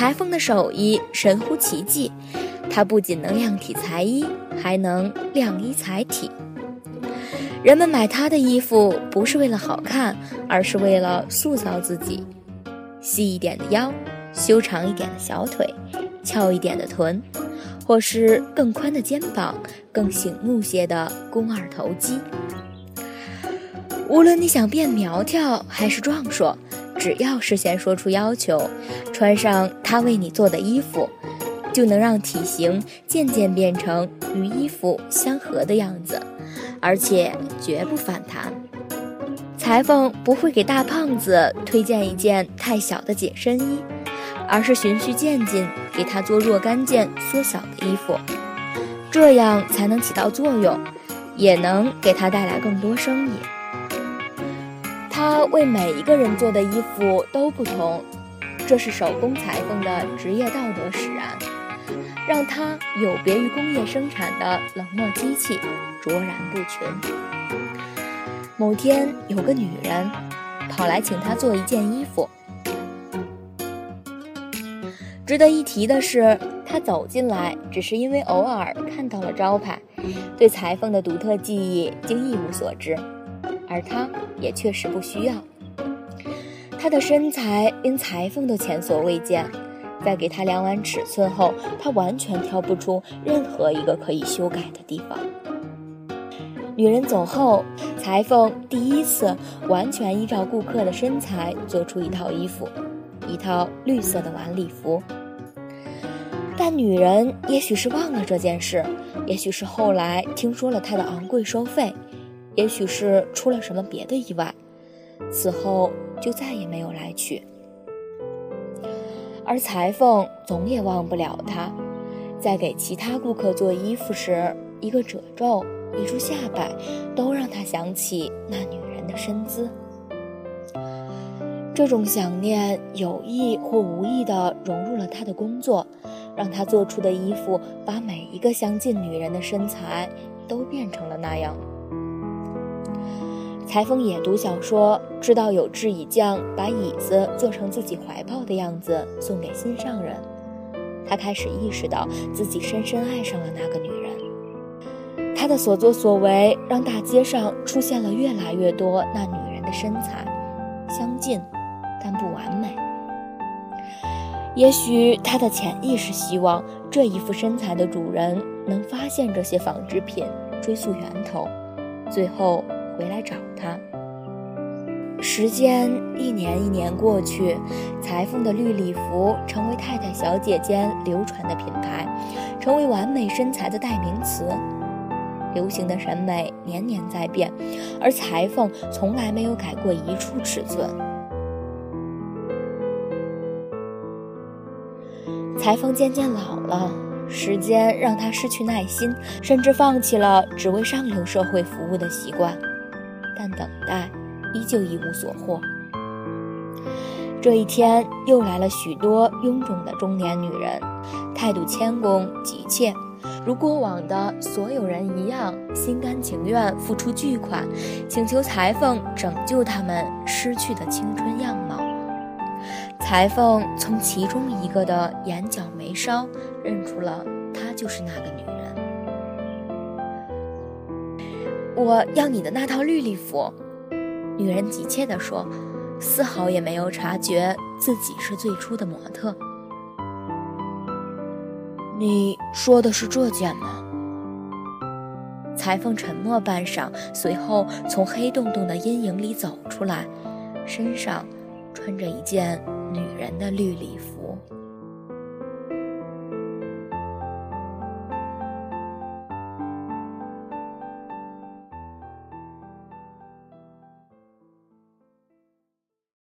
裁缝的手艺神乎其技，他不仅能量体裁衣，还能量衣裁体。人们买他的衣服不是为了好看，而是为了塑造自己。细一点的腰，修长一点的小腿，翘一点的臀，或是更宽的肩膀，更醒目些的肱二头肌。无论你想变苗条还是壮硕，只要事先说出要求，穿上他为你做的衣服，就能让体型渐渐变成与衣服相合的样子，而且绝不反弹。裁缝不会给大胖子推荐一件太小的紧身衣，而是循序渐进给他做若干件缩小的衣服，这样才能起到作用，也能给他带来更多生意。他为每一个人做的衣服都不同，这是手工裁缝的职业道德使然，让他有别于工业生产的冷漠机器，卓然不群。某天有个女人跑来请他做一件衣服。值得一提的是，他走进来只是因为偶尔看到了招牌，对裁缝的独特技艺竟一无所知，而他也确实不需要。他的身材连裁缝都前所未见，在给他量完尺寸后，他完全挑不出任何一个可以修改的地方。女人走后，裁缝第一次完全依照顾客的身材做出一套衣服，一套绿色的晚礼服。但女人也许是忘了这件事，也许是后来听说了他的昂贵收费，也许是出了什么别的意外，此后就再也没有来取。而裁缝总也忘不了他，在给其他顾客做衣服时，一个褶皱，一处下摆，都让他想起那女人的身姿。这种想念有意或无意地融入了他的工作，让他做出的衣服把每一个相近女人的身材都变成了那样。裁缝也读小说，知道有制椅匠把椅子做成自己怀抱的样子送给心上人，他开始意识到自己深深爱上了那个女人。他的所作所为让大街上出现了越来越多那女人的身材，相近但不完美。也许他的潜意识希望这一副身材的主人能发现这些纺织品，追溯源头，最后回来找他。时间一年一年过去，裁缝的绿礼服成为太太小姐间流传的品牌，成为完美身材的代名词。流行的审美年年在变，而裁缝从来没有改过一处尺寸。裁缝渐渐老了，时间让他失去耐心，甚至放弃了只为上流社会服务的习惯，但等待依旧一无所获。这一天又来了许多臃肿的中年女人，态度谦恭急切，如过往的所有人一样，心甘情愿付出巨款，请求裁缝拯救他们失去的青春样貌。裁缝从其中一个的眼角眉梢认出了她就是那个女人。我要你的那套绿礼服，女人急切地说，丝毫也没有察觉自己是最初的模特。你说的是这件吗？裁缝沉默半晌，随后从黑洞洞的阴影里走出来，身上穿着一件女人的绿礼服。